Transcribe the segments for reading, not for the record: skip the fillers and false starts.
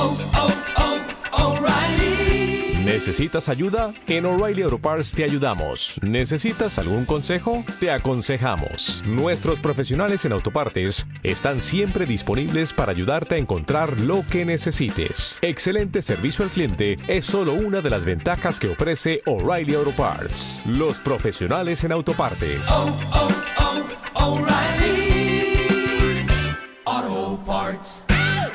O'Reilly. ¿Necesitas ayuda? En O'Reilly Auto Parts te ayudamos. ¿Necesitas algún consejo? Te aconsejamos. Nuestros profesionales en autopartes están siempre disponibles para ayudarte a encontrar lo que necesites. Excelente servicio al cliente es solo una de las ventajas que ofrece O'Reilly Auto Parts. Los profesionales en autopartes. O'Reilly Auto Parts.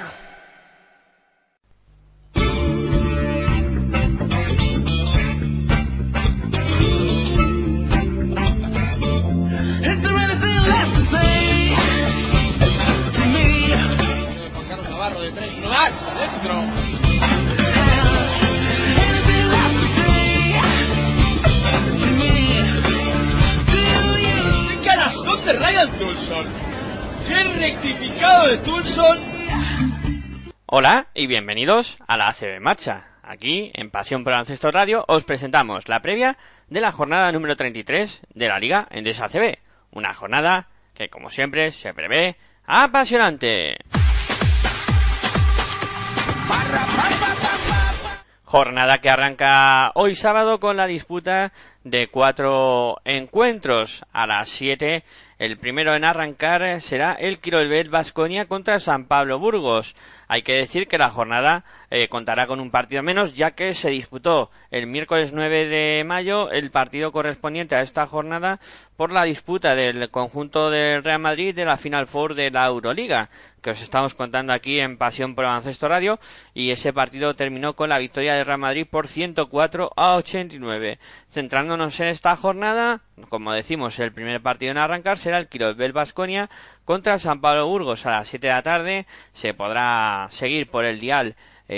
De Ryan Tulson. ¡Qué rectificado de Tulson! Hola y bienvenidos a la ACB Marcha. Aquí, en Pasión por Baloncesto Radio, os presentamos la previa de la jornada número 33 de la Liga Endesa ACB. Una jornada que, como siempre, se prevé apasionante. Jornada que arranca hoy sábado con la disputa de 4 encuentros. A las 7, el primero en arrancar será el Quirolevet Baskonia contra San Pablo Burgos. Hay que decir que la jornada contará con un partido menos, ya que se disputó el miércoles 9 de mayo el partido correspondiente a esta jornada por la disputa del conjunto del Real Madrid de la Final Four de la Euroliga, que os estamos contando aquí en Pasión por Baloncesto Radio, y ese partido terminó con la victoria del Real Madrid por 104-89. Centrándonos en esta jornada, como decimos, el primer partido en arrancar será el Quirolevet Baskonia contra San Pablo Burgos a las 7 de la tarde. Se podrá seguir por el dial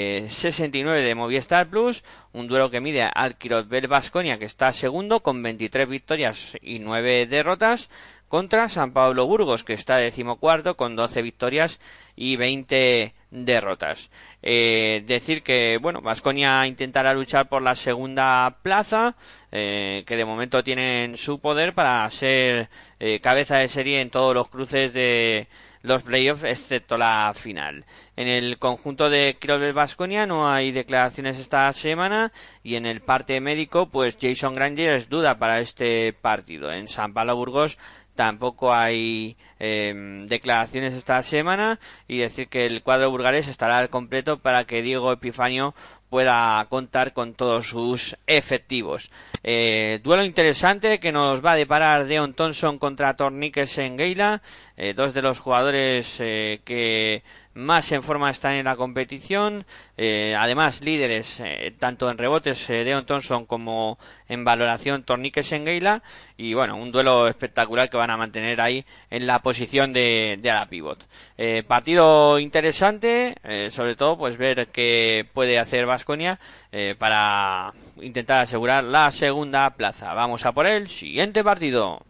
69 de Movistar Plus, un duelo que mide al Quirolevet Baskonia, que está segundo con 23 victorias y 9 derrotas, contra San Pablo Burgos, que está decimocuarto con 12 victorias y 20 derrotas. Decir que, bueno, Baskonia intentará luchar por la segunda plaza, que de momento tiene en su poder para ser cabeza de serie en todos los cruces de los playoffs, excepto la final. En el conjunto de Quirolevet Baskonia no hay declaraciones esta semana, y en el parte médico, pues Jason Granger es duda para este partido. En San Pablo Burgos tampoco hay declaraciones esta semana, y decir que el cuadro burgalés estará al completo para que Diego Epifanio pueda contar con todos sus efectivos. Duelo interesante que nos va a deparar Deon Thompson contra Tornique Sengeila, dos de los jugadores que más en forma están en la competición, además líderes tanto en rebotes Deon Thompson como en valoración Tornique Sengeila, y bueno, un duelo espectacular que van a mantener ahí en la posición de ala pivot. Partido interesante, sobre todo pues ver qué puede hacer Baskonia para intentar asegurar la segunda plaza. Vamos a por el siguiente partido.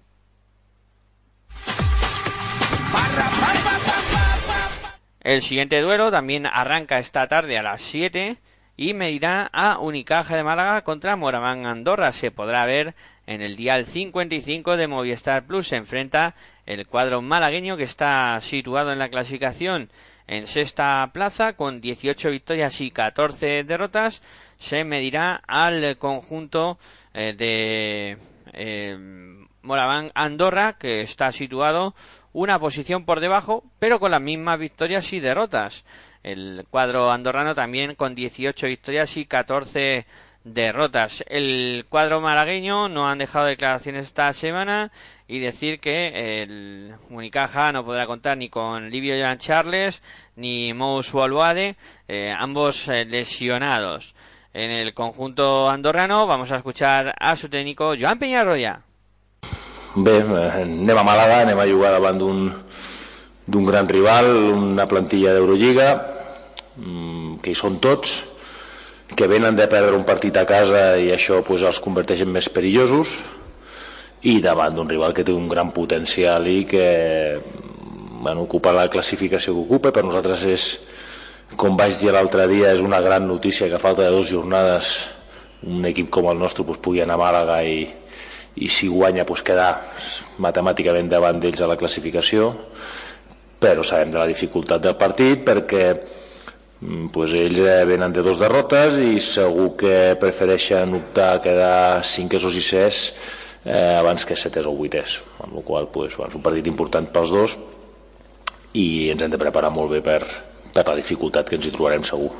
El siguiente duelo también arranca esta tarde a las 7 y medirá a Unicaja de Málaga contra Moraván Andorra. Se podrá ver en el dial 55 de Movistar Plus. Se enfrenta el cuadro malagueño, que está situado en la clasificación en sexta plaza con 18 victorias y 14 derrotas. Se medirá al conjunto de Moraván Andorra, que está situado una posición por debajo, pero con las mismas victorias y derrotas. El cuadro andorrano también con 18 victorias y 14 derrotas. El cuadro malagueño no han dejado declaraciones esta semana, y decir que el Unicaja no podrá contar ni con Livio Jean Charles ni Mous Walwade, ambos lesionados. En el conjunto andorrano vamos a escuchar a su técnico Joan Peñarroya. Bé, anem a Màlaga, anem a jugar davant d'un gran rival, una plantilla d'Eurolliga, que hi són tots, que venen de perdre un partit a casa i això pues, els converteix en més perillosos, i davant d'un rival que té un gran potencial i que ocupa la classificació que ocupa. Per nosaltres és, com vaig dir l'altre dia, és una gran notícia que a falta de 2 jornades un equip com el nostre pues, pugui anar a Màlaga i si guanya pues, quedar matemàticament davant d'ells a la classificació, però sabem de la dificultat del partit perquè pues ells venen de 2 derrotes i segur que prefereixen optar a quedar 5è o 6è abans que 7è o 8è, amb la qual cosa és un partit important pels dos i ens hem de preparar molt bé per la dificultat que ens hi trobarem segur.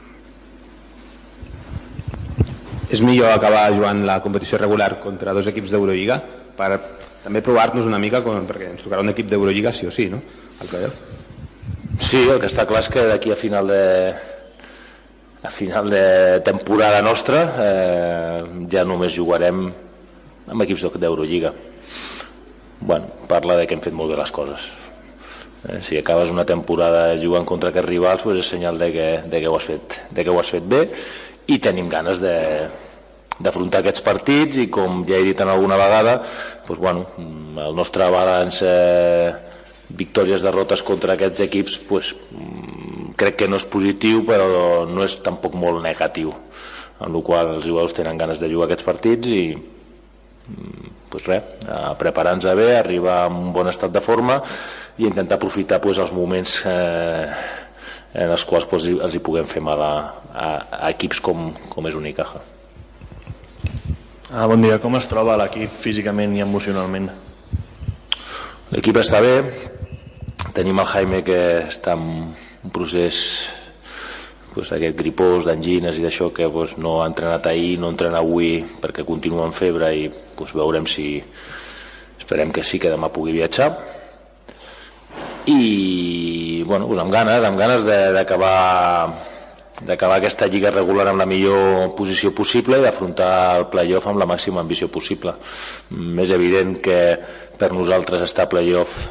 És millor acabar jugant la competició regular contra 2 equips d'Eurolliga per també provar-nos una mica, perquè ens tocarà un equip d'Eurolliga sí o sí, no? Al playoff. Sí, el que està clar és que d'aquí a final de temporada nostra ja només jugarem amb equips d'Eurolliga. Parla de que hem fet molt bé les coses. Si acabes una temporada jugant contra aquests rivals, és senyal de que ho has fet bé i tenim ganes d'afrontar aquests partits i, com ja he dit alguna vegada, el nostre balanç victòries, derrotes contra aquests equips crec que no és positiu, però no és tampoc molt negatiu, amb la qual els jugadors tenen ganes de jugar aquests partits i a preparar-nos bé, arribar en un bon estat de forma i intentar aprofitar els moments en els quals els hi puguem fer mal a equips com és Unicaja. Bon dia, com es troba l'equip físicament i emocionalment? L'equip està bé, tenim el Jaime que està en un procés d'aquest gripós, d'angines i d'això, que no ha entrenat ahir, no entrena avui perquè continua amb febre i veurem si esperem que sí, que demà pugui viatjar i amb ganes d'acabar aquesta lliga regular amb la millor posició possible i d'afrontar el playoff amb la màxima ambició possible. És evident que per nosaltres estar a playoff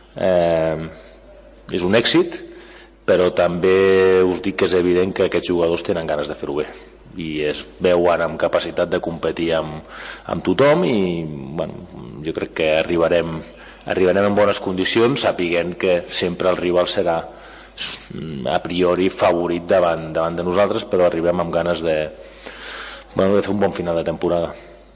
és un èxit, però també us dic que és evident que aquests jugadors tenen ganes de fer-ho bé i es veuen amb capacitat de competir amb tothom i jo crec que arribarem en bones condicions, sapiguent que sempre el rival serà a priori favorit davant de nosaltres, però arribem amb ganes de fer un bon final de temporada.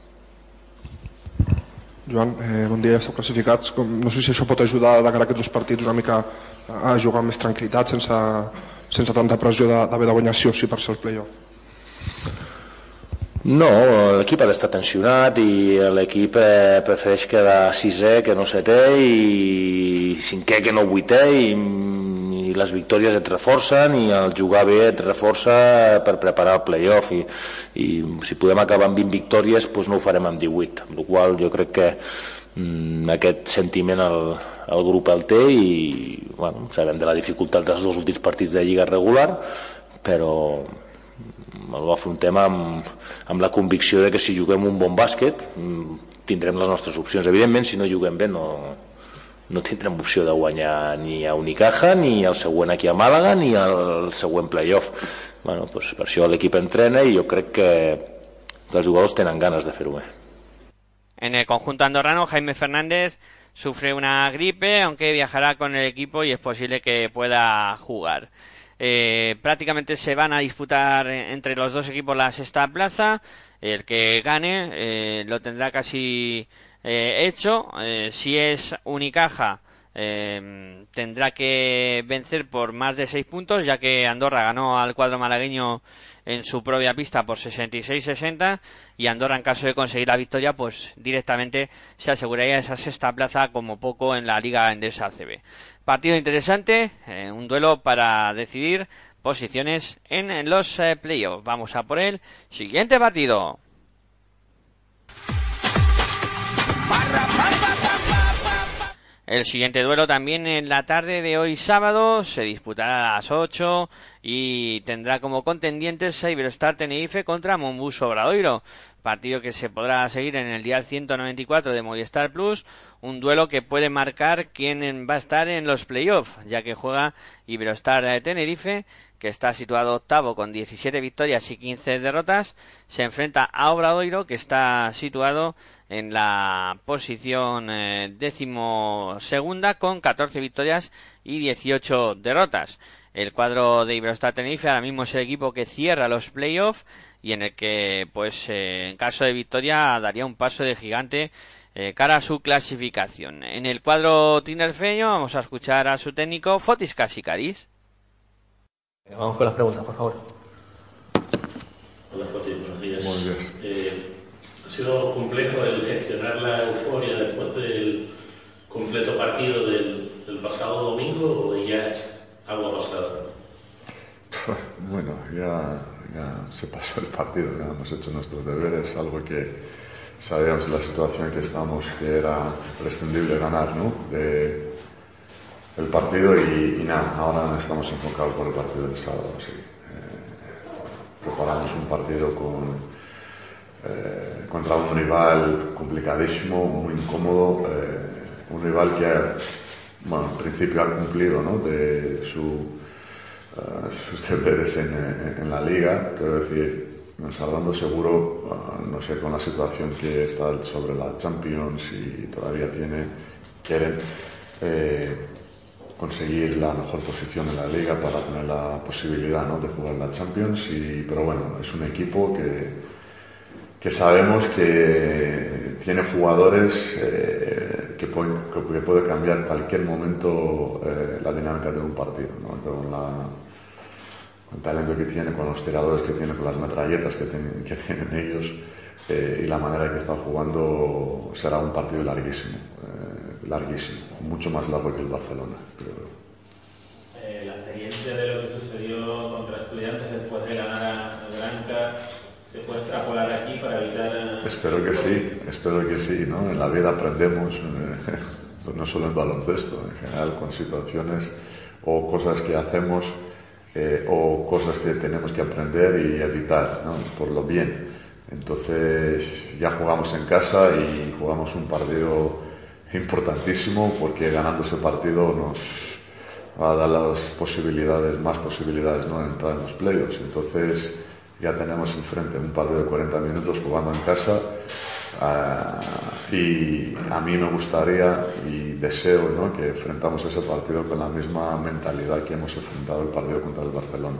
Joan, bon dia, ja esteu classificats. No sé si això pot ajudar de cara a aquests 2 partits una mica a jugar amb més tranquil·litat, sense tanta pressió d'haver de guanyar sí o sí per ser el play-off. No, l'equip ha d'estar tensionat i l'equip prefereix quedar 6è que no 7è i 5è que no 8è i les victòries et reforcen i el jugar bé et reforça per preparar el play-off i si podem acabar amb 20 victòries no ho farem amb 18, amb la qual jo crec que aquest sentiment el grup el té i sabem de la dificultat dels 2 últims partits de lliga regular, però ho afrontem amb la convicció de que si juguem un bon bàsquet tindrem les nostres opcions. Evidentment, si no juguem bé no tindrem opció de guanyar ni a Unicaja, ni el següent aquí a Màlaga, ni el següent playoff. Per això l'equip entrena i jo crec que els jugadors tenen ganes de fer-ho bé. En el conjunto andorrano, Jaime Fernández sufre una gripe, aunque viajará con el equipo y es posible que pueda jugar. Prácticamente se van a disputar entre los 2 equipos la 6ª plaza. El que gane lo tendrá casi hecho. Si es Unicaja, tendrá que vencer por más de 6 puntos, ya que Andorra ganó al cuadro malagueño en su propia pista por 66-60 y Andorra, en caso de conseguir la victoria, directamente se aseguraría esa 6ª plaza como poco en la Liga Endesa ACB. Partido interesante, un duelo para decidir posiciones en los playoffs. Vamos a por el siguiente partido. El siguiente duelo también en la tarde de hoy sábado se disputará a las 8 y tendrá como contendientes a Iberostar Tenerife contra Monbus Obradoiro. Partido que se podrá seguir en el dial 194 de Movistar Plus, un duelo que puede marcar quién va a estar en los playoffs, ya que juega Iberostar Tenerife, que está situado 8º con 17 victorias y 15 derrotas, se enfrenta a Obradoiro, que está situado en la posición 12ª con 14 victorias y 18 derrotas. El cuadro de Iberostar Tenerife ahora mismo es el equipo que cierra los playoffs y en el que, en caso de victoria, daría un paso de gigante cara a su clasificación. En el cuadro tinerfeño vamos a escuchar a su técnico Fotis Kasikaris. Vamos con las preguntas, por favor. Hola, Joti, buenos días. Buenos días. ¿Ha sido complejo el gestionar la euforia después del completo partido del pasado domingo o ya es agua pasada? Bueno, ya se pasó el partido, ya hemos hecho nuestros deberes, algo que sabíamos de la situación en que estamos, que era prescindible ganar, ¿no? El partido y nada, ahora estamos enfocados por el partido del sábado, sí. Preparamos un partido contra un rival complicadísimo, muy incómodo, un rival que, bueno, en principio ha cumplido, ¿no? de sus deberes en la liga, quiero decir, salvando seguro, no sé, con la situación que está sobre la Champions y todavía quieren conseguir la mejor posición en la liga para tener la posibilidad, ¿no? de jugar la Champions, pero bueno, es un equipo que sabemos que tiene jugadores que puede cambiar en cualquier momento la dinámica de un partido, ¿no? Con el talento que tiene, con los tiradores que tiene, con las metralletas que tienen ellos y la manera en que están jugando, será un partido larguísimo, mucho más largo que el Barcelona, creo. La experiencia de lo que sucedió contra Estudiantes después de ganar a Blanca, ¿se puede extrapolar aquí para evitar...? Espero que sí, ¿no? En la vida aprendemos, no solo en baloncesto, en general con situaciones o cosas que hacemos o cosas que tenemos que aprender y evitar, ¿no? Por lo bien. Entonces ya jugamos en casa y jugamos un partido importantísimo porque ganando ese partido nos va a dar más posibilidades, ¿no? de entrar en los playoffs. Entonces ya tenemos enfrente un partido de 40 minutos jugando en casa y a mí me gustaría y deseo, ¿no? que enfrentamos ese partido con la misma mentalidad que hemos enfrentado el partido contra el Barcelona.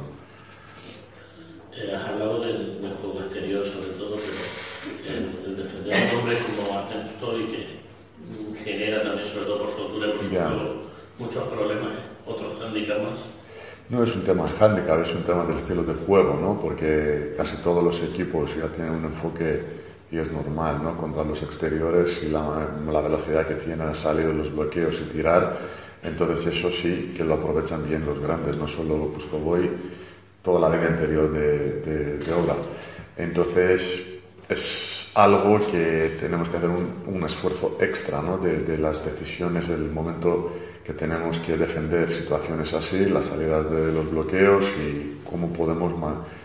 Has hablado del juego exterior sobre todo, pero el defender a un hombre como Artem Story, que genera también, sobre todo por su altura y por su juego, muchos problemas, otros handicaps más. No es un tema de handicap, es un tema del estilo de juego, ¿no? Porque casi todos los equipos ya tienen un enfoque y es normal, ¿no? Contra los exteriores y la velocidad que tienen a salir de los bloqueos y tirar. Entonces eso sí que lo aprovechan bien los grandes, no solo Pustovoy, toda la línea interior de Ola. Entonces es algo que tenemos que hacer un esfuerzo extra, ¿no? de las decisiones, el momento que tenemos que defender situaciones así, la salida de los bloqueos y cómo podemos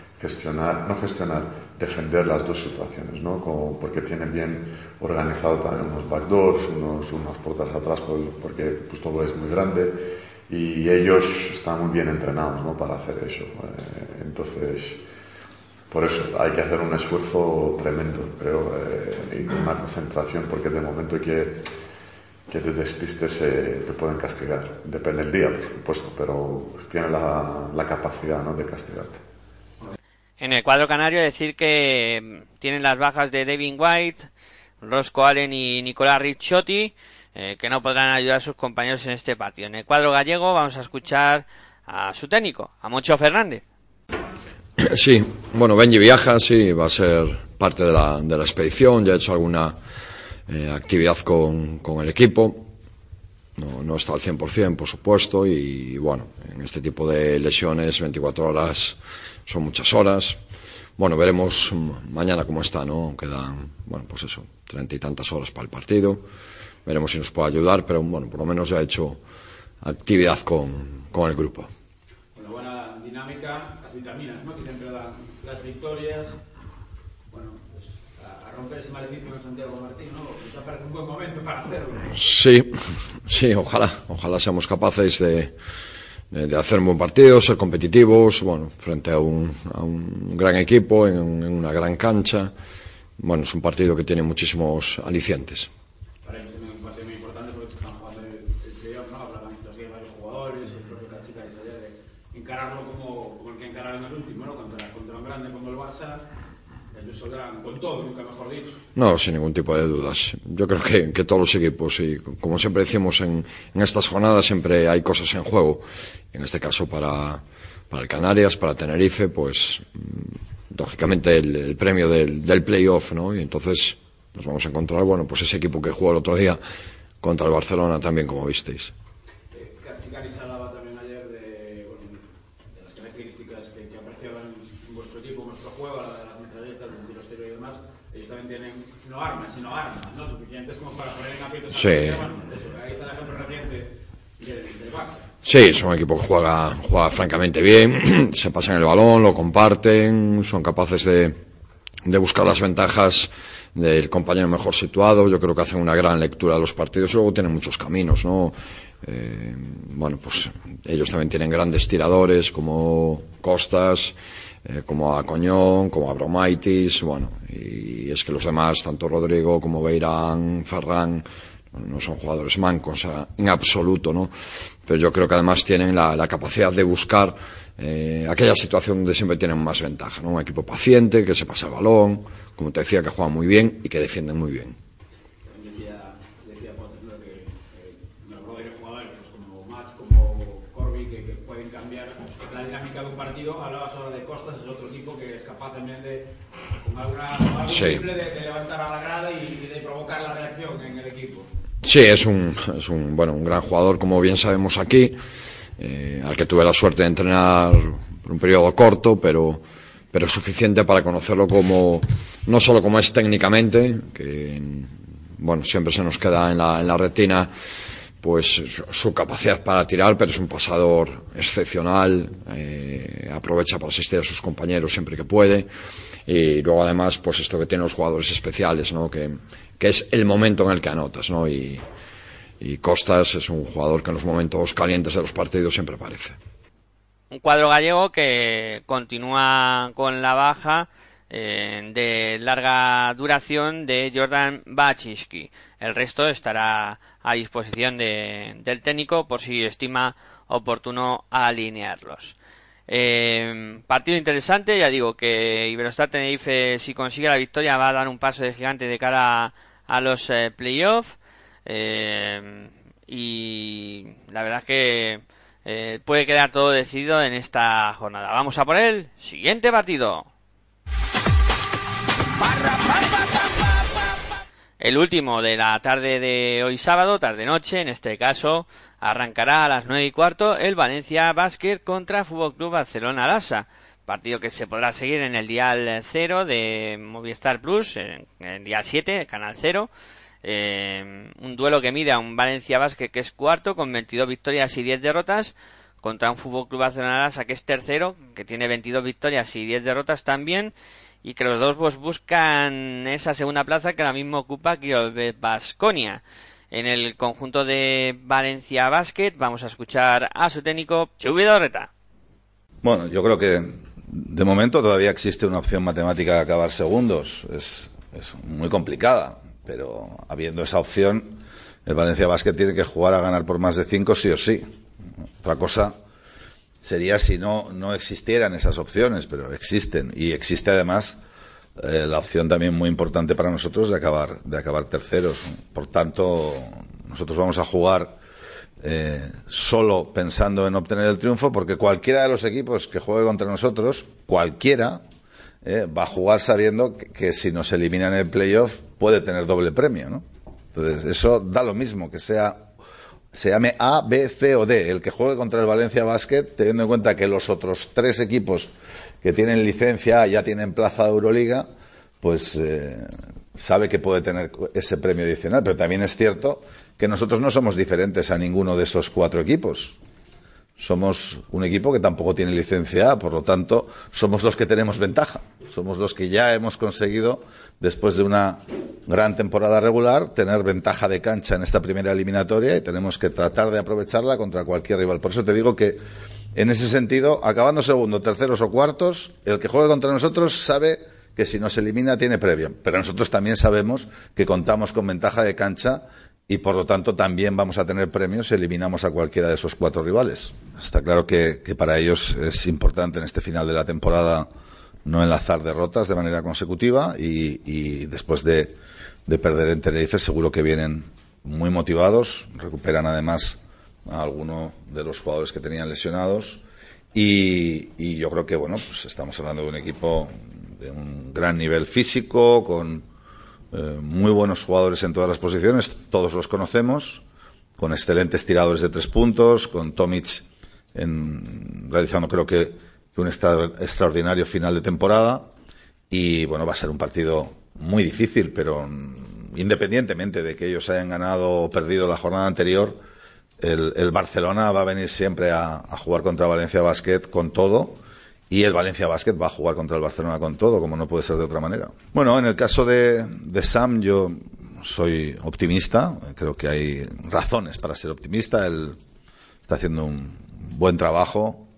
defender las dos situaciones, ¿no? Porque tienen bien organizado también unos backdoors, unas puertas atrás, porque pues todo es muy grande y ellos están muy bien entrenados, ¿no? para hacer eso. Entonces, por eso hay que hacer un esfuerzo tremendo, creo, y una concentración, porque de momento que te despistes te pueden castigar. Depende del día, por supuesto, pero tiene la capacidad, ¿no? de castigarte. En el cuadro canario decir que tienen las bajas de Devin White, Roscoe Allen y Nicolás Ricciotti, que no podrán ayudar a sus compañeros en este partido. En el cuadro gallego vamos a escuchar a su técnico, a Moncho Fernández. Sí, bueno, Benji viaja, sí, va a ser parte de la expedición, ya ha hecho alguna actividad con el equipo, no está al 100%, por supuesto, y bueno, en este tipo de lesiones 24 horas son muchas horas. Bueno, veremos mañana cómo está, ¿no? Quedan, bueno, pues eso, 30 y tantas horas para el partido. Veremos si nos puede ayudar, pero bueno, por lo menos ya ha hecho actividad con el grupo. Una buena dinámica, las vitaminas, ¿no? Que siempre dan las victorias. Bueno, pues a romper ese maleficio en Santiago Martín, ¿no? Quizá parece un buen momento para hacerlo. Sí, ojalá seamos capaces de hacer un buen partido, ser competitivos, bueno, frente a un gran equipo, en una gran cancha. Bueno, es un partido que tiene muchísimos alicientes. Para ellos es un partido muy importante porque están jugando el playoff, ¿no? Hablaban estos días varios jugadores, el propio Cachica y Sayer, de encararlo como el que encararon el último, ¿no? Contra un grande como el Barça. Ellos saldrán con todo, nunca mejor dicho. No, sin ningún tipo de dudas. Yo creo que todos los equipos, y como siempre decimos en estas jornadas, siempre hay cosas en juego. En este caso para para el Canarias, para Tenerife, pues lógicamente el premio del playoff, ¿no? Y entonces nos vamos a encontrar, bueno, pues ese equipo que jugó el otro día contra el Barcelona también, como visteis. Cachicaris hablaba también ayer de las características que apreciaban en vuestro equipo, en vuestro juego, la de las metralletas, del tiro exterior y demás. Ellos también tienen no armas, sino armas, ¿no? Suficientes como para poner en aprietos. Sí. Ahí está el ejemplo reciente del Barça. Sí, es un equipo que juega francamente bien, se pasan el balón, lo comparten, son capaces de buscar las ventajas del compañero mejor situado. Yo creo que hacen una gran lectura de los partidos y luego tienen muchos caminos, ¿no? Bueno, pues ellos también tienen grandes tiradores como Costas, como Acoñón, como Abromaitis, bueno, y es que los demás, tanto Rodrigo como Beirán, Ferran, no son jugadores mancos en absoluto, ¿no? Pero yo creo que además tienen la capacidad de buscar aquella situación donde siempre tienen más ventaja, ¿no? Un equipo paciente, que se pasa el balón, como te decía, que juega muy bien y que defienden muy bien. Decía Potter, ¿no? Que no puede haber jugadores pues, como Mach, como Corby, que pueden cambiar la dinámica de un partido. Hablabas ahora de Costas, es otro tipo que es capaz también de, con algo simple, de levantar a la grada y de provocar la reacción en el equipo. Sí, es un gran jugador, como bien sabemos aquí, al que tuve la suerte de entrenar por un periodo corto, pero suficiente para conocerlo como, no solo como es técnicamente, que bueno, siempre se nos queda en la retina pues su capacidad para tirar, pero es un pasador excepcional, aprovecha para asistir a sus compañeros siempre que puede, y luego además pues esto que tienen los jugadores especiales, ¿no? Que es el momento en el que anotas, ¿no? Y Costas es un jugador que en los momentos calientes de los partidos siempre aparece. Un cuadro gallego que continúa con la baja de larga duración de Jordan Baczynski. El resto estará a disposición del técnico por si estima oportuno alinearlos. Partido interesante, ya digo que Iberostar Tenerife, si consigue la victoria, va a dar un paso de gigante de cara a los playoffs, y la verdad es que puede quedar todo decidido en esta jornada. Vamos a por el siguiente partido. El último de la tarde de hoy sábado, tarde-noche, en este caso, arrancará a las 9:15 el Valencia Basket contra Fútbol Club Barcelona Lassa. Partido que se podrá seguir en el dial 0 de Movistar Plus, en el dial 7, canal 0. Un duelo que mide a un Valencia Basket que es cuarto, con 22 victorias y 10 derrotas, contra un Fútbol Club Barcelona Lassa que es tercero, que tiene 22 victorias y 10 derrotas también, y que los dos pues buscan esa segunda plaza que ahora mismo ocupa Baskonia. En el conjunto de Valencia Basket vamos a escuchar a su técnico, Chubi Dorreta. Bueno, yo creo que de momento todavía existe una opción matemática de acabar segundos. Es muy complicada, pero habiendo esa opción, el Valencia Basket tiene que jugar a ganar por más de 5 sí o sí. Otra cosa sería si no existieran esas opciones, pero existen, y existe además la opción también muy importante para nosotros de acabar terceros. Por tanto, nosotros vamos a jugar solo pensando en obtener el triunfo, porque cualquiera de los equipos que juegue contra nosotros, cualquiera, va a jugar sabiendo que si nos eliminan en el playoff puede tener doble premio, ¿no? Entonces, eso da lo mismo, que se llame A, B, C o D. El que juegue contra el Valencia Basket, teniendo en cuenta que los otros 3 equipos que tienen licencia ya tienen plaza de Euroliga, pues sabe que puede tener ese premio adicional. Pero también es cierto que nosotros no somos diferentes a ninguno de esos 4 equipos. Somos un equipo que tampoco tiene licencia A, por lo tanto, somos los que tenemos ventaja. Somos los que ya hemos conseguido, después de una gran temporada regular, tener ventaja de cancha en esta primera eliminatoria, y tenemos que tratar de aprovecharla contra cualquier rival. Por eso te digo que, en ese sentido, acabando segundo, terceros o cuartos, el que juegue contra nosotros sabe que si nos elimina tiene premio. Pero nosotros también sabemos que contamos con ventaja de cancha, y por lo tanto también vamos a tener premios si eliminamos a cualquiera de esos 4 rivales. Está claro que para ellos es importante en este final de la temporada no enlazar derrotas de manera consecutiva, y después de perder en Tenerife seguro que vienen muy motivados, recuperan además a alguno de los jugadores que tenían lesionados, y yo creo que, bueno, pues estamos hablando de un equipo de un gran nivel físico, con muy buenos jugadores en todas las posiciones, todos los conocemos, con excelentes tiradores de 3 puntos, con Tomic realizando creo que un extraordinario final de temporada, y bueno, va a ser un partido muy difícil, pero independientemente de que ellos hayan ganado o perdido la jornada anterior, el Barcelona va a venir siempre a jugar contra Valencia Basket con todo, y el Valencia Basket va a jugar contra el Barcelona con todo, como no puede ser de otra manera. Bueno, en el caso de Sam, yo soy optimista, creo que hay razones para ser optimista. Él está haciendo un buen trabajo,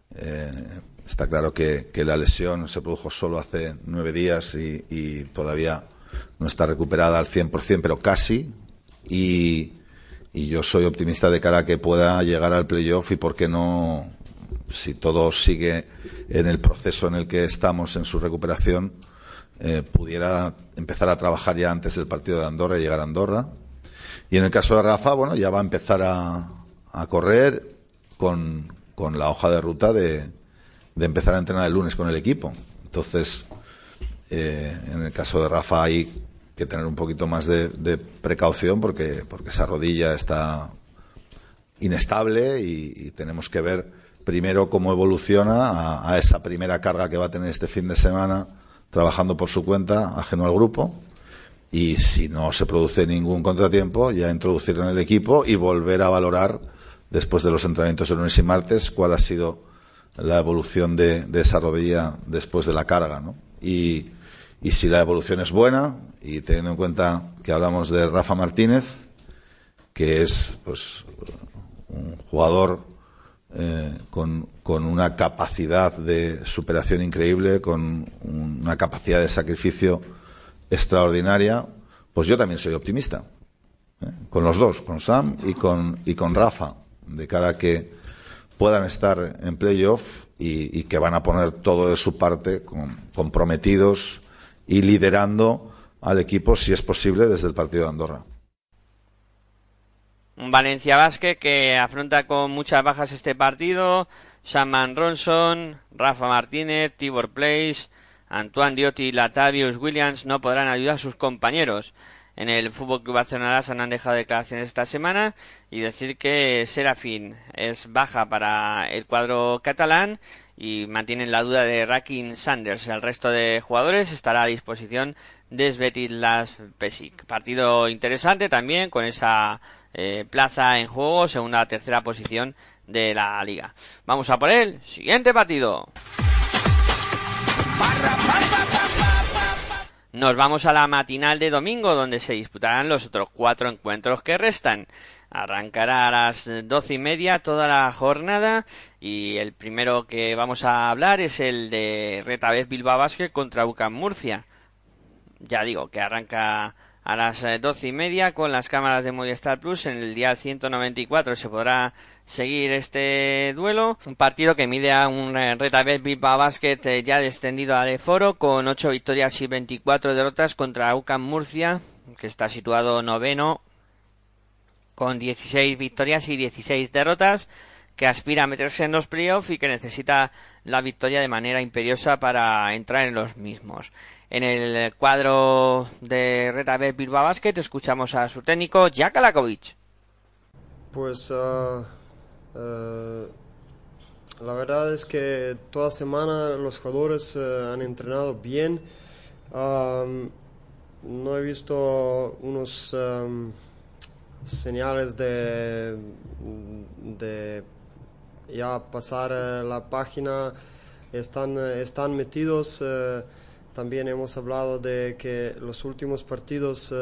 está claro que la lesión se produjo solo hace 9 días y todavía no está recuperada al 100%, pero casi, y yo soy optimista de cara a que pueda llegar al playoff, y por qué no, si todo sigue en el proceso en el que estamos en su recuperación, pudiera empezar a trabajar ya antes del partido de Andorra y llegar a Andorra. Y en el caso de Rafa, bueno, ya va a empezar a correr con la hoja de ruta de empezar a entrenar el lunes con el equipo. Entonces, en el caso de Rafa hay que tener un poquito más de precaución porque esa rodilla está inestable y tenemos que ver primero cómo evoluciona a esa primera carga que va a tener este fin de semana trabajando por su cuenta, ajeno al grupo, y si no se produce ningún contratiempo, ya introducirlo en el equipo y volver a valorar después de los entrenamientos de lunes y martes cuál ha sido la evolución de esa rodilla después de la carga, ¿no? Y si la evolución es buena, y teniendo en cuenta que hablamos de Rafa Martínez, que es pues un jugador con una capacidad de superación increíble, con una capacidad de sacrificio extraordinaria, pues yo también soy optimista, con los dos, con Sam y con Rafa, de cara a que puedan estar en playoff y que van a poner todo de su parte, comprometidos y liderando al equipo, si es posible, desde el partido de Andorra. Un Valencia Basket que afronta con muchas bajas este partido. Sam Ronson, Rafa Martínez, Tibor Place, Antoine Diotti y Latavius Williams no podrán ayudar a sus compañeros. En el FC Barcelona se han dejado declaraciones esta semana y decir que Serafín es baja para el cuadro catalán y mantienen la duda de Rakin Sanders. El resto de jugadores estará a disposición de Svetislav Pesic. Partido interesante también con esa plaza en juego, segunda a tercera posición de la liga. Vamos a por el siguiente partido. Nos vamos a la matinal de domingo, donde se disputarán los otros 4 encuentros que restan. Arrancará a las 12:30 toda la jornada, y el primero que vamos a hablar es el de Retabet Bilbao Basket contra UCAM Murcia. Ya digo que arranca a las 12:30 con las cámaras de Movistar Plus. En el dial 194 se podrá seguir este duelo. Un partido que mide a un Retabet Bilbao Basket ya descendido al foro, con 8 victorias y 24 derrotas, contra UCAM Murcia, que está situado noveno con 16 victorias y 16 derrotas, que aspira a meterse en los playoffs y que necesita la victoria de manera imperiosa para entrar en los mismos. En el cuadro de Retabet Bilbao Basket escuchamos a su técnico, Jack Alakovic. Pues la verdad es que toda semana los jugadores han entrenado bien. No he visto unos señales de ya pasar la página. Están metidos. También hemos hablado de que los últimos partidos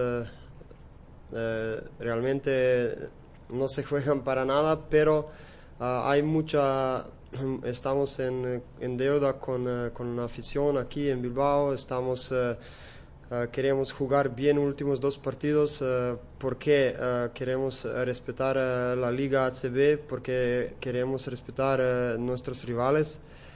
realmente no se juegan para nada, pero hay estamos en deuda con la afición aquí en Bilbao. Queremos jugar bien los últimos 2 partidos porque queremos respetar la Liga ACB, porque queremos respetar nuestros rivales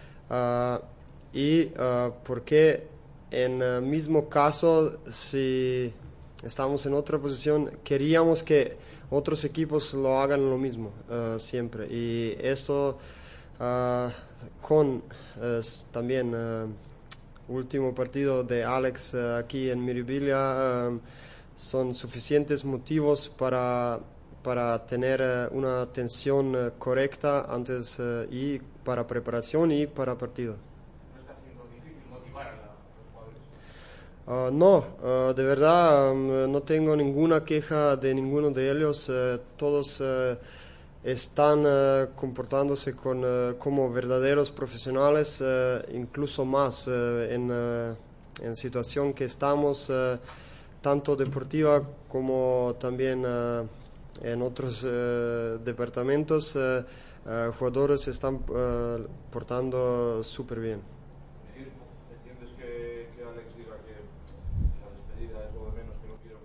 y porque en el mismo caso, si estamos en otra posición, queríamos que otros equipos lo hagan lo mismo siempre, y esto con también último partido de Alex aquí en Miribilla, son suficientes motivos para tener una atención correcta antes y para preparación y para partido. ¿No está siendo difícil motivar a los jugadores? No, de verdad no tengo ninguna queja de ninguno de ellos. Todos están comportándose como verdaderos profesionales, incluso más en situación que estamos, tanto deportiva como también en otros departamentos. Jugadores están portando súper bien. ¿Entiendes que Alex diga que la despedida es lo de menos, que no quiere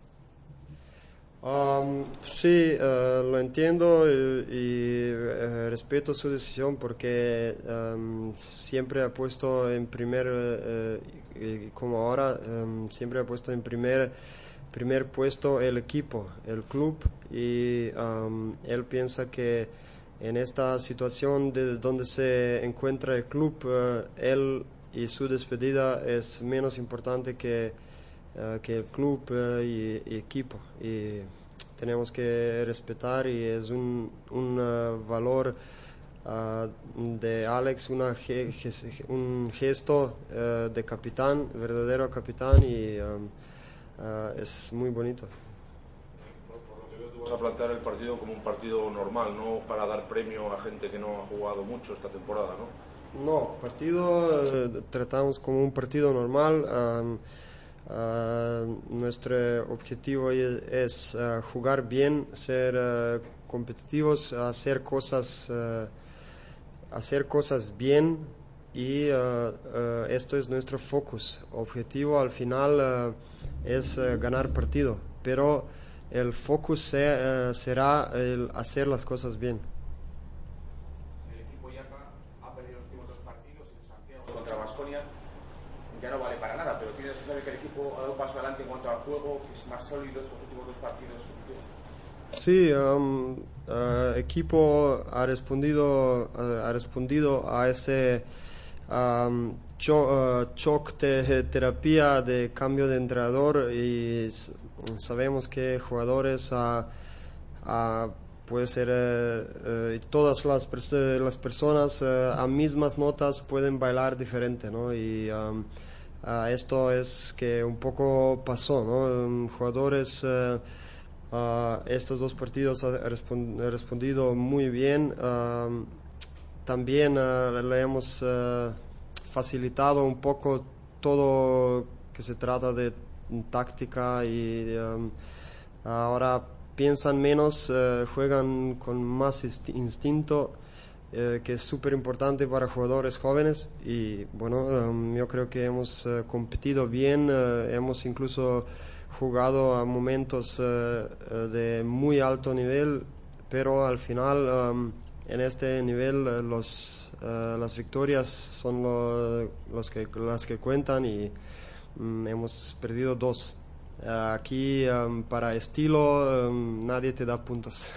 homenaje? Sí, lo entiendo y respeto su decisión porque siempre ha puesto en como ahora, siempre ha puesto en primer puesto el equipo, el club, y él piensa que en esta situación donde se encuentra el club, él y su despedida es menos importante que el club y equipo, y tenemos que respetar, y es un valor de Alex, un gesto de capitán, verdadero capitán, y es muy bonito. Por lo que veo, tú vas a plantear el partido como un partido normal, no para dar premio a gente que no ha jugado mucho esta temporada, ¿no? No, partido tratamos como un partido normal. Nuestro objetivo es jugar bien, ser competitivos, hacer cosas bien, y esto es nuestro focus. Objetivo al final es ganar partido, pero el focus será el hacer las cosas bien. El equipo Yaka ha perdido los últimos 2 partidos en Santiago contra Baskonia. Ya no vale para nada, pero tienes que saber que el equipo ha dado un paso adelante en cuanto al juego, que es más sólido estos últimos 2 partidos. Sí, equipo ha respondido a ese shock de terapia de cambio de entrenador, y sabemos que jugadores puede ser todas las personas a mismas notas pueden bailar diferente, ¿no? Y esto es que un poco pasó, ¿no? Jugadores estos 2 partidos han respondido muy bien. También le hemos facilitado un poco todo que se trata de táctica, y ahora piensan menos, juegan con más instinto, que es súper importante para jugadores jóvenes. Y bueno, yo creo que hemos competido bien, hemos incluso jugado a momentos de muy alto nivel, pero al final en este nivel las victorias son las que cuentan, y hemos perdido 2. Aquí para estilo nadie te da puntos.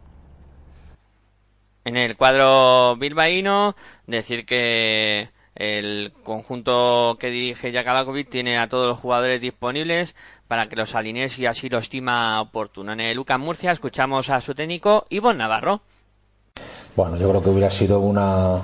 En el cuadro bilbaíno, decir que el conjunto que dirige Jaka Lakovic tiene a todos los jugadores disponibles para que los alinee si así lo estima oportuno. En el UCAM Murcia escuchamos a su técnico Ivonne Navarro. Bueno, yo creo que hubiera sido una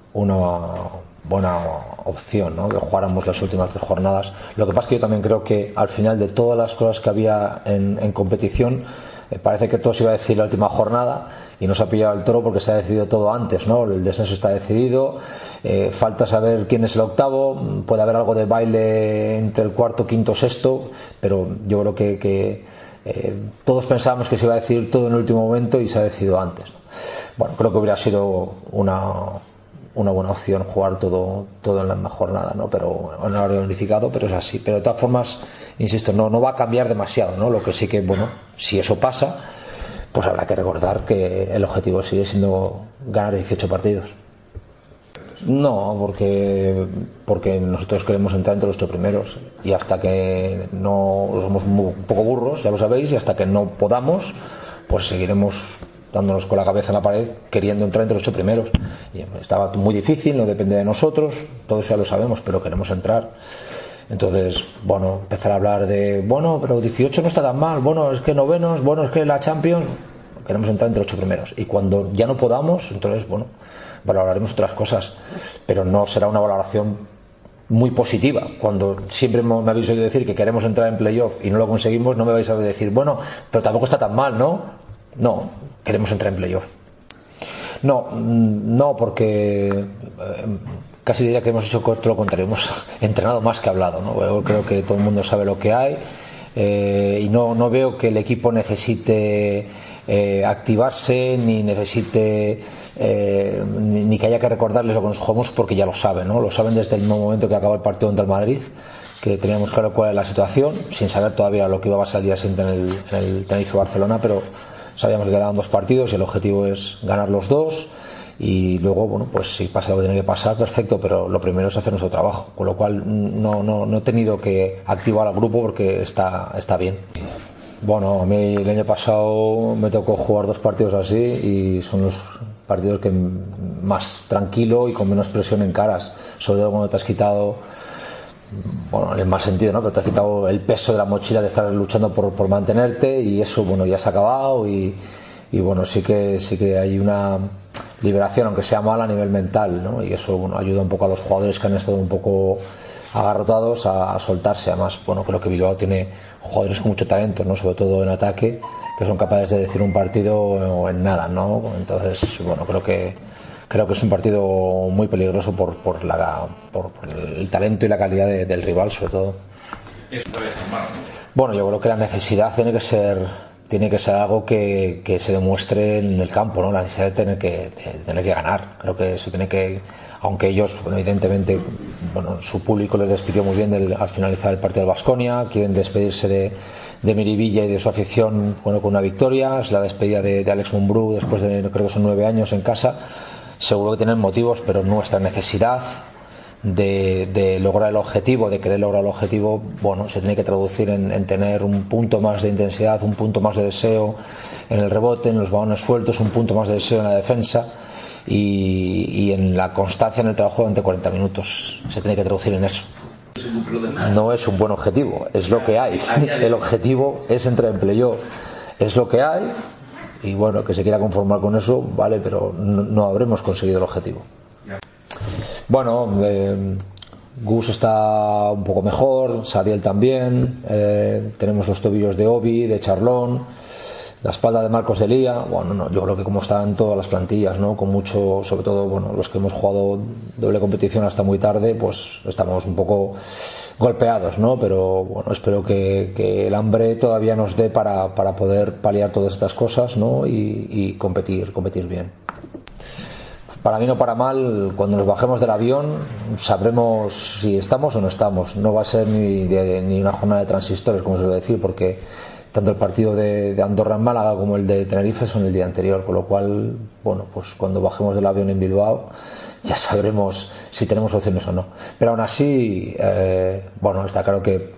buena opción, ¿no?, que jugáramos las últimas 3 jornadas. Lo que pasa es que yo también creo que al final de todas las cosas que había en competición, parece que todo se iba a decidir la última jornada y nos ha pillado el toro porque se ha decidido todo antes, ¿no? El descenso está decidido, falta saber quién es el octavo, puede haber algo de baile entre el cuarto, quinto, sexto, pero yo creo que todos pensábamos que se iba a decidir todo en el último momento y se ha decidido antes, ¿no? Bueno, creo que hubiera sido una buena opción jugar todo en la misma jornada, ¿no? Pero en horario unificado, pero es así. Pero de todas formas, insisto, no va a cambiar demasiado, ¿no? Lo que sí que, bueno, si eso pasa, pues habrá que recordar que el objetivo sigue siendo ganar 18 partidos. No, porque nosotros queremos entrar entre los 8 primeros, y hasta que no somos un poco burros, ya lo sabéis, y hasta que no podamos, pues seguiremos dándonos con la cabeza en la pared, queriendo entrar entre los 8 primeros. Y estaba muy difícil, no depende de nosotros, todo eso ya lo sabemos, pero queremos entrar. Entonces, bueno, empezar a hablar de, bueno, pero 18 no está tan mal, bueno, es que novenos, bueno, es que la Champions, queremos entrar entre los 8 primeros. Y cuando ya no podamos, entonces, bueno, valoraremos otras cosas, pero no será una valoración muy positiva. Cuando siempre me habéis oído decir que queremos entrar en playoff y no lo conseguimos, no me vais a decir, bueno, pero tampoco está tan mal, ¿no? No, queremos entrar en playoff. No, porque casi diría que hemos hecho todo lo contrario, hemos entrenado más que hablado, ¿no? Yo creo que todo el mundo sabe lo que hay, y no veo que el equipo necesite activarse, ni necesite ni que haya que recordarles lo que nos jugamos, porque ya lo saben, ¿no? Lo saben desde el mismo momento que acabó el partido contra el Madrid, que teníamos claro cuál era la situación, sin saber todavía lo que iba a pasar el día siguiente en el Tenerife-Barcelona, pero sabíamos que quedaban 2 partidos y el objetivo es ganar los 2, y luego, bueno, pues si pasa lo que tiene que pasar, perfecto, pero lo primero es hacer nuestro trabajo, con lo cual no he tenido que activar al grupo porque está bien. Bueno, a mí el año pasado me tocó jugar 2 partidos así y son los partidos que más tranquilo y con menos presión en caras, sobre todo cuando te has quitado, bueno, en el mal sentido, ¿no? Pero te has quitado el peso de la mochila de estar luchando por mantenerte, y eso, bueno, ya se ha acabado, y bueno, sí que hay una liberación, aunque sea mala, a nivel mental, ¿no? Y eso, bueno, ayuda un poco a los jugadores que han estado un poco agarrotados a soltarse. Además, bueno, creo que Bilbao tiene jugadores con mucho talento, ¿no? Sobre todo en ataque, que son capaces de decir un partido en nada, ¿no? Entonces, bueno, creo que es un partido muy peligroso por el talento y la calidad del rival, sobre todo. Bueno, yo creo que la necesidad tiene que ser algo que se demuestre en el campo, ¿no? La necesidad de tener que ganar. Creo que eso tiene que, aunque ellos, bueno, evidentemente, bueno, su público les despidió muy bien al finalizar el partido del Baskonia, quieren despedirse de Miribilla y de su afición, bueno, con una victoria. Es la despedida de Alex Mumbrú después de, creo que son 9 años en casa. Seguro que tienen motivos, pero nuestra necesidad de lograr el objetivo, de querer lograr el objetivo, bueno, se tiene que traducir en tener un punto más de intensidad, un punto más de deseo en el rebote, en los balones sueltos, un punto más de deseo en la defensa, y en la constancia en el trabajo durante 40 minutos. Se tiene que traducir en eso. No es un buen objetivo, es lo que hay. El objetivo es entrar en playoff, es lo que hay, y bueno, que se quiera conformar con eso, vale, pero no habremos conseguido el objetivo. Bueno, Gus está un poco mejor, Sadiel también, tenemos los tobillos de Obi, de Charlón, la espalda de Marcos de Lía. Bueno, no, yo creo que como están todas las plantillas, ¿no? Con mucho, sobre todo, bueno, los que hemos jugado doble competición hasta muy tarde, pues estamos un poco golpeados, ¿no? Pero bueno, espero que el hambre todavía nos dé para poder paliar todas estas cosas, ¿no? Y competir bien. Para bien o para mal, cuando nos bajemos del avión sabremos si estamos o no estamos. No va a ser ni una jornada de transistores, como se suele decir, porque tanto el partido de Andorra en Málaga como el de Tenerife son el día anterior, con lo cual, bueno, pues cuando bajemos del avión en Bilbao ya sabremos si tenemos opciones o no. Pero aún así, bueno, está claro que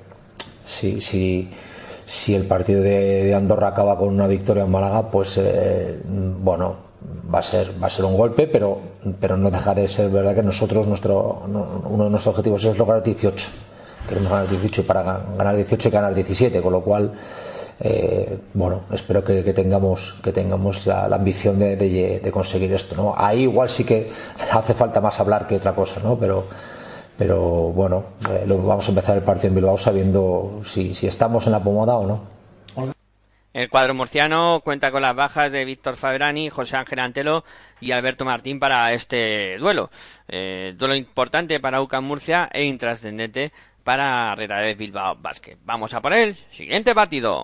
si el partido de Andorra acaba con una victoria en Málaga, pues bueno, va a ser un golpe, pero no dejará de ser verdad que nosotros, uno de nuestros objetivos es lograr 18. Queremos ganar 18, y para ganar 18 hay que ganar 17, con lo cual, bueno, espero que tengamos la ambición de conseguir esto, ¿no? Ahí igual sí que hace falta más hablar que otra cosa, ¿no? Pero bueno, vamos a empezar el partido en Bilbao sabiendo si estamos en la pomada o no. El cuadro murciano cuenta con las bajas de Víctor Fabrani, José Ángel Antelo y Alberto Martín para este duelo. Duelo importante para UCAM Murcia e intrascendente para Real Bilbao Basket. Vamos a por el siguiente partido.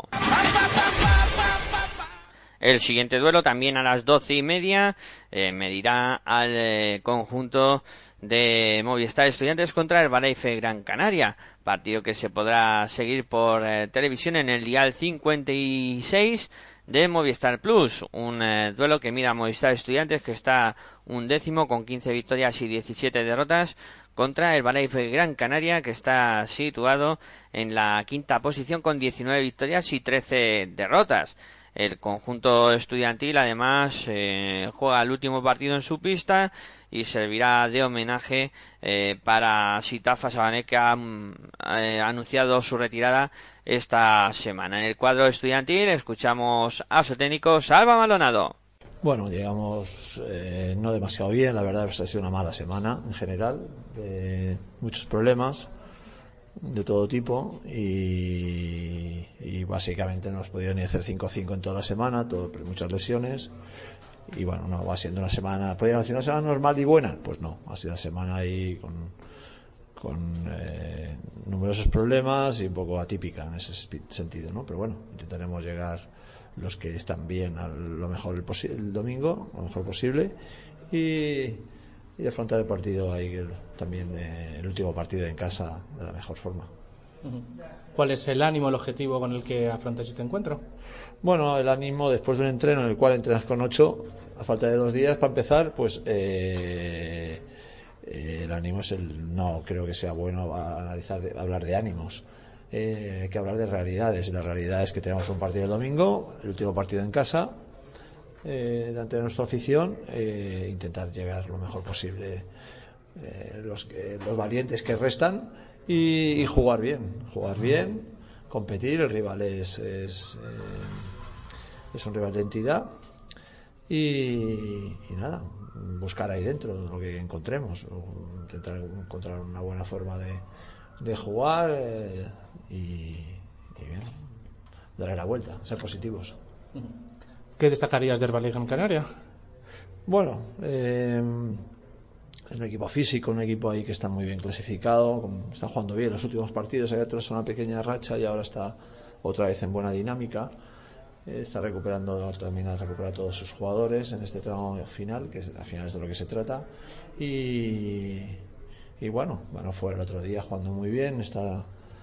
El siguiente duelo, también a las 12:30, medirá al conjunto de Movistar Estudiantes contra el Herbalife Gran Canaria, partido que se podrá seguir por televisión en el dial 56 de Movistar Plus, un duelo que mira a Movistar Estudiantes, que está 11º con 15 victorias y 17 derrotas, contra el Herbalife Gran Canaria, que está situado en la 5ª posición con 19 victorias y 13 derrotas. El conjunto estudiantil además juega el último partido en su pista y servirá de homenaje para Sitafa Sabané, que ha anunciado su retirada esta semana. En el cuadro estudiantil escuchamos a su técnico Salva Maldonado. Bueno, digamos, no demasiado bien, la verdad es que ha sido una mala semana en general, muchos problemas de todo tipo y básicamente no hemos podido ni hacer 5-5 en toda la semana, muchas lesiones y bueno, no va siendo una semana, ¿podría decir una semana normal y buena? Pues no, ha sido una semana ahí con numerosos problemas y un poco atípica en ese sentido, ¿no? Pero bueno, intentaremos llegar los que están bien a lo mejor el domingo, lo mejor posible y afrontar el partido ahí también el último partido en casa de la mejor forma. ¿Cuál es el ánimo, el objetivo con el que afrontas este encuentro? Bueno, el ánimo después de un entreno en el cual entrenas con 8 a falta de 2 días para empezar, pues el ánimo es no creo que sea bueno hablar de ánimos. Hay que hablar de realidades y la realidad es que tenemos un partido el domingo, el último partido en casa delante de nuestra afición, intentar llegar lo mejor posible, los valientes que restan y jugar bien, competir. El rival es un rival de entidad y nada, buscar ahí dentro lo que encontremos, intentar encontrar una buena forma de jugar y bien, darle la vuelta, ser positivos. ¿Qué destacarías del Herbalife Gran Canaria? Bueno, es un equipo físico, un equipo ahí que está muy bien clasificado, está jugando bien los últimos partidos, había tras una pequeña racha y ahora está otra vez en buena dinámica, está recuperando, también ha recuperado a todos sus jugadores en este tramo final, que al final es de lo que se trata y bueno, fuera el otro día jugando muy bien, está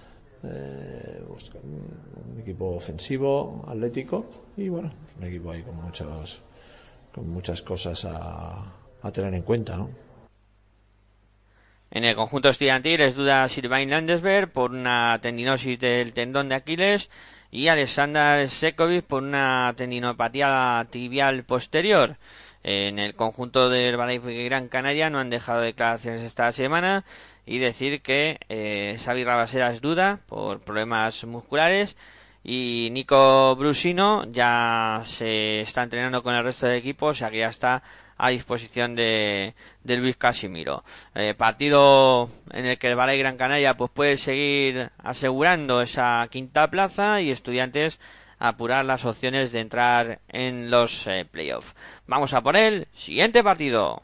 un equipo ofensivo, atlético y bueno, es un equipo ahí con muchas cosas a tener en cuenta, ¿no? En el conjunto estudiantil es duda Sylvain Landesberg por una tendinosis del tendón de Aquiles y Alexander Sekovic por una tendinopatía tibial posterior. En el conjunto del Herbalife Gran Canaria no han dejado declaraciones esta semana y decir que Xavi Rabasera es duda por problemas musculares y Nico Brusino ya se está entrenando con el resto del equipo, o sea que ya está a disposición de Luis Casimiro. Partido en el que el Herbalife Gran Canaria pues puede seguir asegurando esa quinta plaza y Estudiantes apurar las opciones de entrar en los playoffs. Vamos a por el siguiente partido.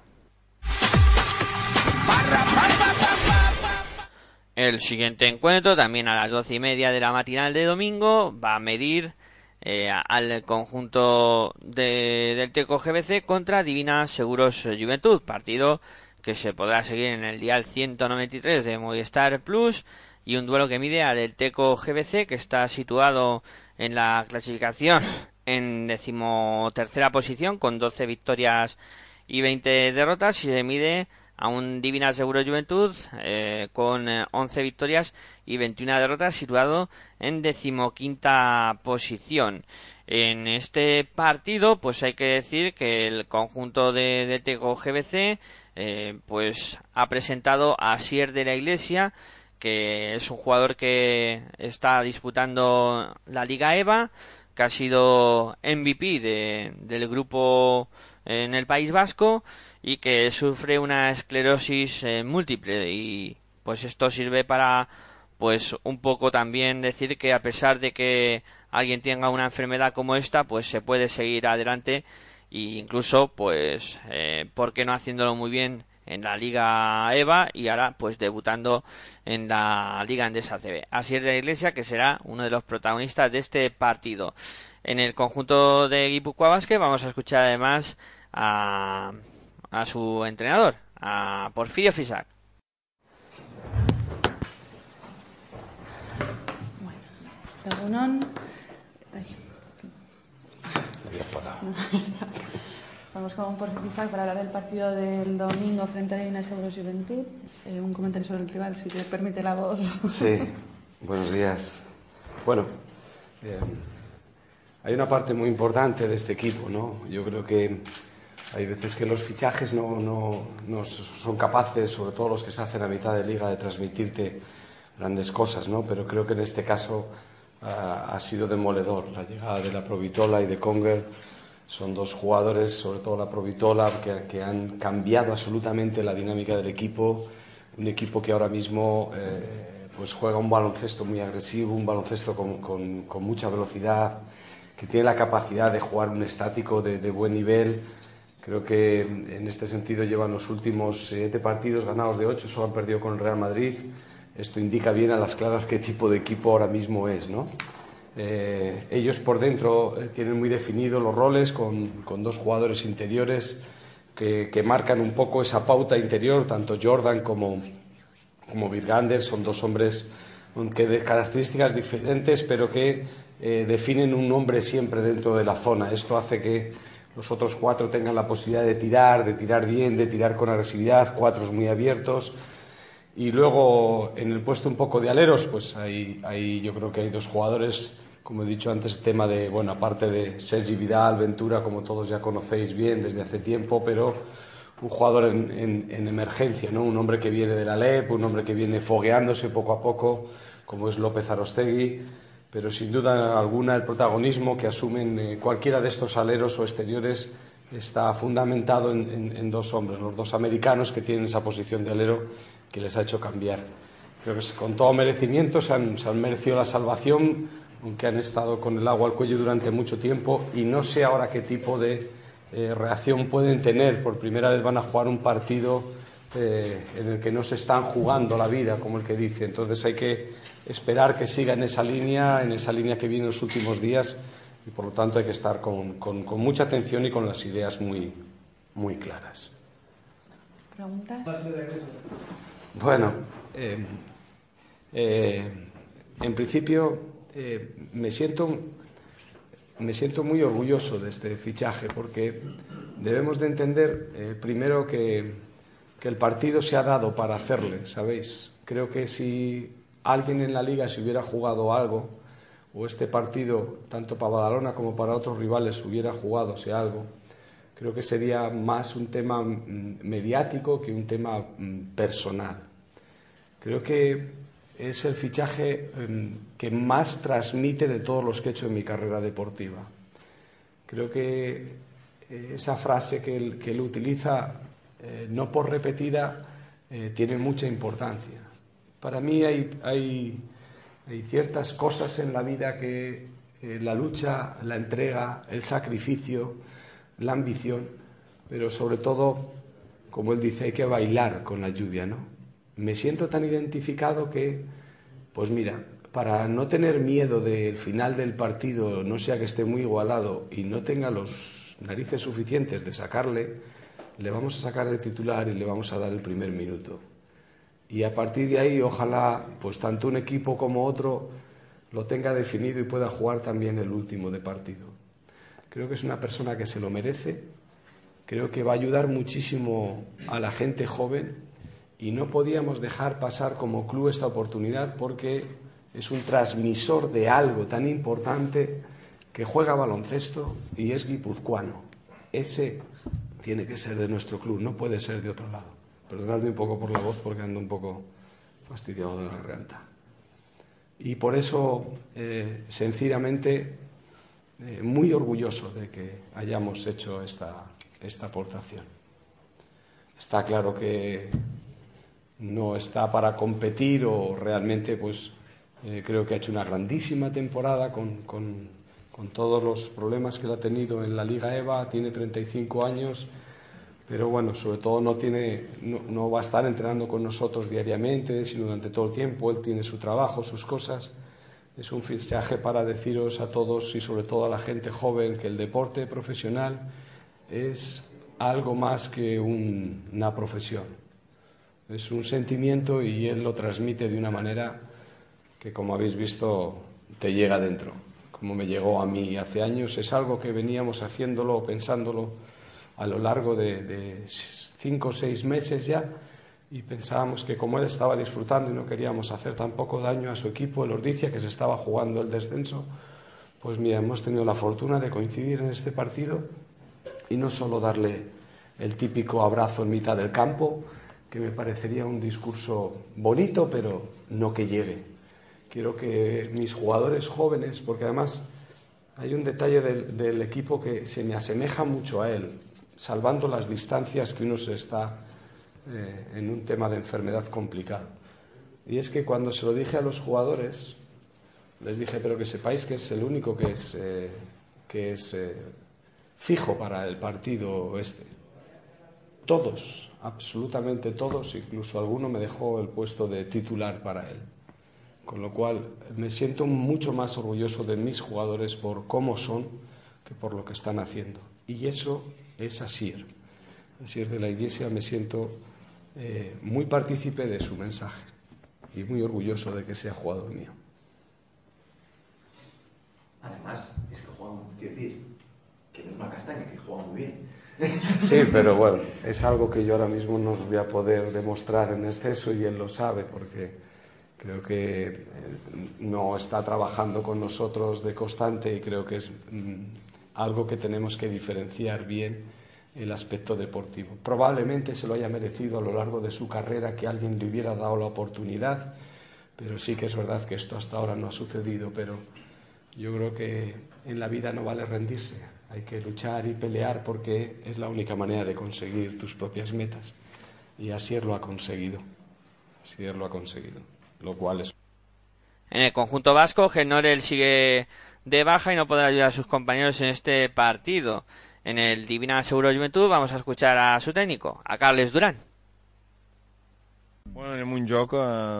El siguiente encuentro, también a las 12:30 de la matinal de domingo, va a medir al conjunto del Teco GBC contra Divina Seguros Juventud, partido que se podrá seguir en el dial 193 de Movistar Plus y un duelo que mide al del Teco GBC, que está situado en la clasificación en 13ª posición con 12 victorias y 20 derrotas, y se mide a un Divina Seguros Juventud con 11 victorias y 21 derrotas, situado en 15ª posición. En este partido pues hay que decir que el conjunto de Teco GBC pues ha presentado a Asier de la Iglesia, que es un jugador que está disputando la Liga EVA, que ha sido MVP del grupo en el País Vasco y que sufre una esclerosis múltiple, y pues esto sirve para pues un poco también decir que a pesar de que alguien tenga una enfermedad como esta, pues se puede seguir adelante e incluso pues ¿por qué no haciéndolo muy bien en la Liga EVA y ahora pues debutando en la Liga Endesa CB? Así es de la Iglesia, que será uno de los protagonistas de este partido. En el conjunto de Guipúzcoa Basket vamos a escuchar además a su entrenador, a Porfirio Fisac. Egunon. Vamos con Porfirio Fisac para hablar del partido del domingo frente a Divina Seguros Juventud. Un comentario sobre el rival, si te permite la voz. Sí, buenos días. Bueno, hay una parte muy importante de este equipo, ¿no? Yo creo que hay veces que los fichajes no son capaces, sobre todo los que se hacen a mitad de liga, de transmitirte grandes cosas, ¿no? Pero creo que en este caso ha sido demoledor. La llegada de la Provitola y de Conger son dos jugadores, sobre todo la Provitola, que han cambiado absolutamente la dinámica del equipo. Un equipo que ahora mismo pues juega un baloncesto muy agresivo, un baloncesto con mucha velocidad, que tiene la capacidad de jugar un estático de buen nivel. Creo que en este sentido llevan los últimos 7 partidos ganados de 8, solo han perdido con el Real Madrid. Esto indica bien a las claras qué tipo de equipo ahora mismo es, ¿no? Ellos por dentro tienen muy definidos los roles con dos jugadores interiores que marcan un poco esa pauta interior, tanto Jordan como Virgander. Son dos hombres que de características diferentes, pero que definen un hombre siempre dentro de la zona. Esto hace que los otros 4 tengan la posibilidad de tirar bien, de tirar con agresividad, 4 muy abiertos. Y luego en el puesto un poco de aleros, pues yo creo que hay 2 jugadores, como he dicho antes, el tema de, bueno, aparte de Sergi Vidal, Ventura, como todos ya conocéis bien desde hace tiempo, pero un jugador en emergencia, ¿no? Un hombre que viene de la LEP, un hombre que viene fogueándose poco a poco, como es López Arostegui, pero sin duda alguna el protagonismo que asumen cualquiera de estos aleros o exteriores está fundamentado en 2 hombres, los 2 americanos que tienen esa posición de alero que les ha hecho cambiar. Creo que con todo merecimiento se han merecido la salvación, aunque han estado con el agua al cuello durante mucho tiempo, y no sé ahora qué tipo de reacción pueden tener. Por primera vez van a jugar un partido en el que no se están jugando la vida, como el que dice. Entonces hay que esperar que siga en esa línea que viene en los últimos días, y por lo tanto hay que estar con mucha atención y con las ideas muy, muy claras. ¿Preguntas? Bueno, en principio me siento muy orgulloso de este fichaje, porque debemos de entender primero que el partido se ha dado para hacerle, ¿sabéis? Creo que si alguien en la liga se hubiera jugado algo, o este partido, tanto para Badalona como para otros rivales, hubiera jugadose algo, creo que sería más un tema mediático que un tema personal. Creo que es el fichaje que más transmite de todos los que he hecho en mi carrera deportiva. Creo que esa frase que él utiliza, no por repetida, tiene mucha importancia. Para mí hay ciertas cosas en la vida que la lucha, la entrega, el sacrificio, la ambición, pero sobre todo, como él dice, hay que bailar con la lluvia, ¿no? Me siento tan identificado que, pues mira, para no tener miedo del final del partido, no sea que esté muy igualado y no tenga los narices suficientes de sacarle, le vamos a sacar de titular y le vamos a dar el primer minuto. Y a partir de ahí, ojalá, pues tanto un equipo como otro lo tenga definido y pueda jugar también el último de partido. Creo que es una persona que se lo merece, creo que va a ayudar muchísimo a la gente joven, y no podíamos dejar pasar como club esta oportunidad, porque es un transmisor de algo tan importante, que juega baloncesto y es guipuzcoano. Ese tiene que ser de nuestro club, no puede ser de otro lado. Perdonadme un poco por la voz, porque ando un poco fastidiado de la garganta. Y por eso, sencillamente, muy orgulloso de que hayamos hecho esta aportación. Está claro que no está para competir, o realmente pues creo que ha hecho una grandísima temporada con todos los problemas que él ha tenido en la Liga EVA. Tiene 35 años, pero bueno, sobre todo no va a estar entrenando con nosotros diariamente, sino durante todo el tiempo. Él tiene su trabajo, sus cosas. Es un fichaje para deciros a todos, y sobre todo a la gente joven, que el deporte profesional es algo más que una profesión. Es un sentimiento, y él lo transmite de una manera que, como habéis visto, te llega dentro. Como me llegó a mí hace años. Es algo que veníamos haciéndolo, pensándolo a lo largo de 5 o 6 meses ya, y pensábamos que como él estaba disfrutando y no queríamos hacer tampoco daño a su equipo, el Ordizia, que se estaba jugando el descenso, Pues mira, hemos tenido la fortuna de coincidir en este partido y no solo darle el típico abrazo en mitad del campo, que me parecería un discurso bonito, pero no que llegue. Quiero que mis jugadores jóvenes, porque además hay un detalle del equipo que se me asemeja mucho a él, salvando las distancias que uno se está en un tema de enfermedad complicado. Y es que cuando se lo dije a los jugadores, les dije, pero que sepáis que es el único que es fijo para el partido este. Todos, absolutamente todos, incluso alguno me dejó el puesto de titular para él. Con lo cual me siento mucho más orgulloso de mis jugadores por cómo son que por lo que están haciendo. Y eso es Asier. Asier de la Iglesia, me siento muy partícipe de su mensaje y muy orgulloso de que sea jugador mío. Además, es que juega, quiero decir, que no es una castaña, que juega muy bien. Sí, pero bueno, es algo que yo ahora mismo no os voy a poder demostrar en exceso y él lo sabe porque creo que no está trabajando con nosotros de constante y creo que es algo que tenemos que diferenciar bien el aspecto deportivo. Probablemente se lo haya merecido a lo largo de su carrera que alguien le hubiera dado la oportunidad, pero sí que es verdad que esto hasta ahora no ha sucedido, pero yo creo que en la vida no vale rendirse, hay que luchar y pelear porque es la única manera de conseguir tus propias metas y Asier lo ha conseguido, Asier lo ha conseguido, lo cual es... En el conjunto vasco, Genorel sigue de baja y no podrá ayudar a sus compañeros en este partido. En el Divina Seguro Juventud vamos a escuchar a su técnico, a Carles Duran. Bueno, anem un joc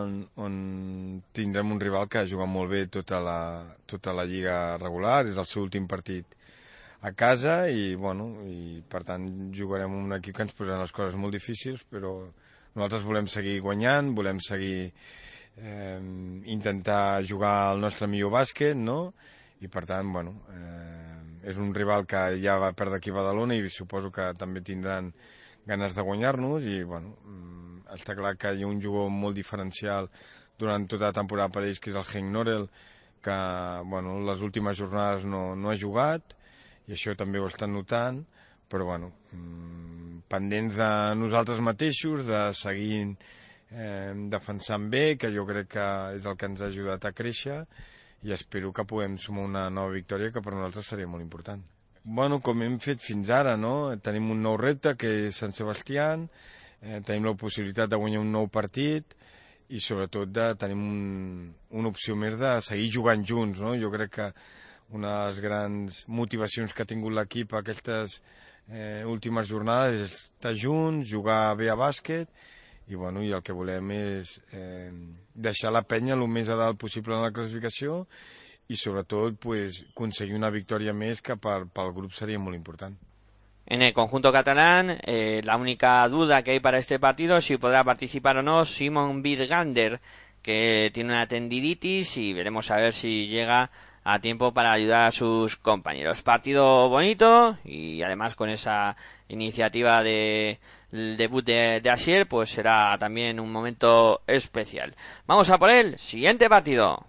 on tindrem un rival que ha jugat molt bé tota la lliga regular, és el seu últim partit a casa i per tant jugarem un equip que ens posarà les coses molt difícils, però nosaltres volem seguir guanyant, volem seguir intentar jugar el nostre millor bàsquet, no? I per tant, és un rival que ja va perdre aquí a Badalona i suposo que també tindran ganes de guanyar-nos i està clar que hi ha un jugador molt diferencial durant tota la temporada per ells, que és el Henk Norel, que les últimes jornades no ha jugat i això també ho estan notant, però pendents de nosaltres mateixos, de seguir defensant bé, que jo crec que és el que ens ha ajudat a créixer i espero que puguem sumar una nova victòria que per nosaltres seria molt important. Com hem fet fins ara, no? Tenim un nou repte que és Sant Sebastián, tenim la possibilitat de guanyar un nou partit i sobretot tenim una opció més de seguir jugant junts, no? Jo crec que una de les grans motivacions que ha tingut l'equip aquestes últimes jornades és estar junts, jugar bé a bàsquet i el que volem és deixar la penya el més a dalt possible en la classificació y sobre todo conseguir una victoria més que pel grup sería muy importante. En el conjunto catalán, la única duda que hay para este partido es si podrá participar o no Simon Birgander, que tiene una tendinitis y veremos a ver si llega a tiempo para ayudar a sus compañeros. Partido bonito y además con esa iniciativa del debut de Asier, pues será también un momento especial. Vamos a por el siguiente partido.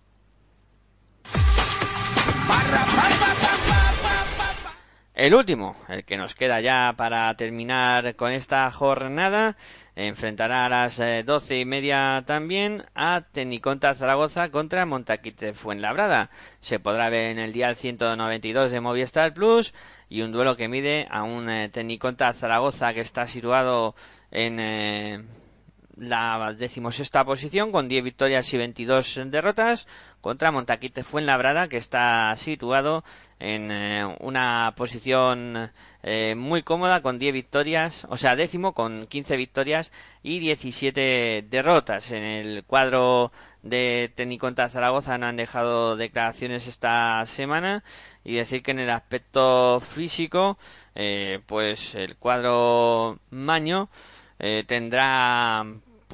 El último, el que nos queda ya para terminar con esta jornada, enfrentará a las 12:30 también a Tecniconta Zaragoza contra Montaquite Fuenlabrada. Se podrá ver en el dial 192 de Movistar Plus y un duelo que mide a un Tecniconta Zaragoza que está situado en la 16ª posición con 10 victorias y 22 derrotas contra Montaquite Fuenlabrada, que está situado en una posición muy cómoda con 10 victorias, o sea, 10º con 15 victorias y 17 derrotas. En el cuadro de Tecniconta Zaragoza no han dejado declaraciones esta semana y decir que en el aspecto físico pues el cuadro maño tendrá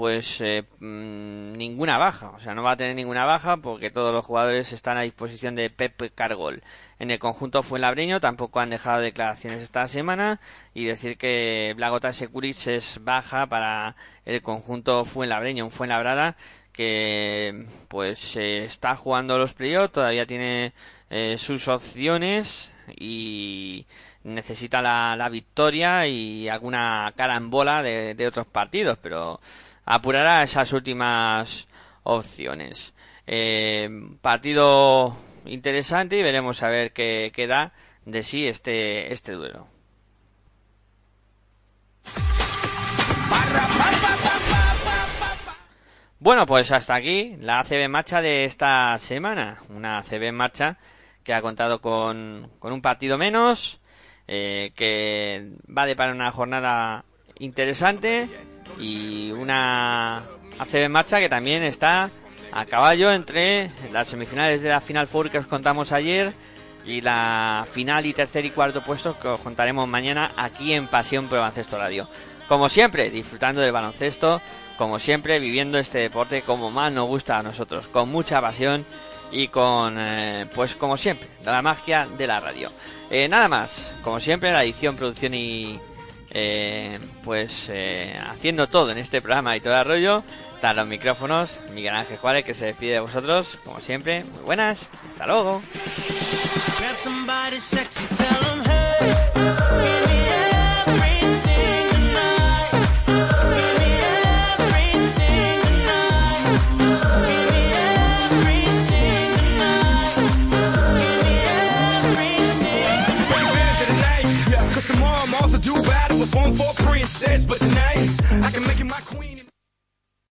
ninguna baja, o sea, no va a tener ninguna baja porque todos los jugadores están a disposición de Pep Cargol. En el conjunto fuenlabreño tampoco han dejado declaraciones esta semana y decir que Blagota Securic es baja para el conjunto fuenlabreño, un Fuenlabrada que está jugando los playoffs, todavía tiene sus opciones y necesita la victoria y alguna carambola de otros partidos, pero apurará esas últimas opciones. Partido interesante y veremos a ver qué da de sí este duelo. Bueno, pues hasta aquí la ACB en marcha de esta semana. Una ACB en marcha que ha contado con un partido menos, que va a deparar una jornada interesante y una ACB en marcha que también está a caballo entre las semifinales de la Final Four que os contamos ayer y la final y tercer y cuarto puesto que os contaremos mañana aquí en Pasión por Baloncesto Radio. Como siempre, disfrutando del baloncesto, como siempre, viviendo este deporte como más nos gusta a nosotros, con mucha pasión y con, pues como siempre, la magia de la radio. Nada más, como siempre, la edición, producción y haciendo todo en este programa y todo el rollo, están los micrófonos, Miguel Ángel Juárez, que se despide de vosotros, como siempre. Muy buenas, hasta luego.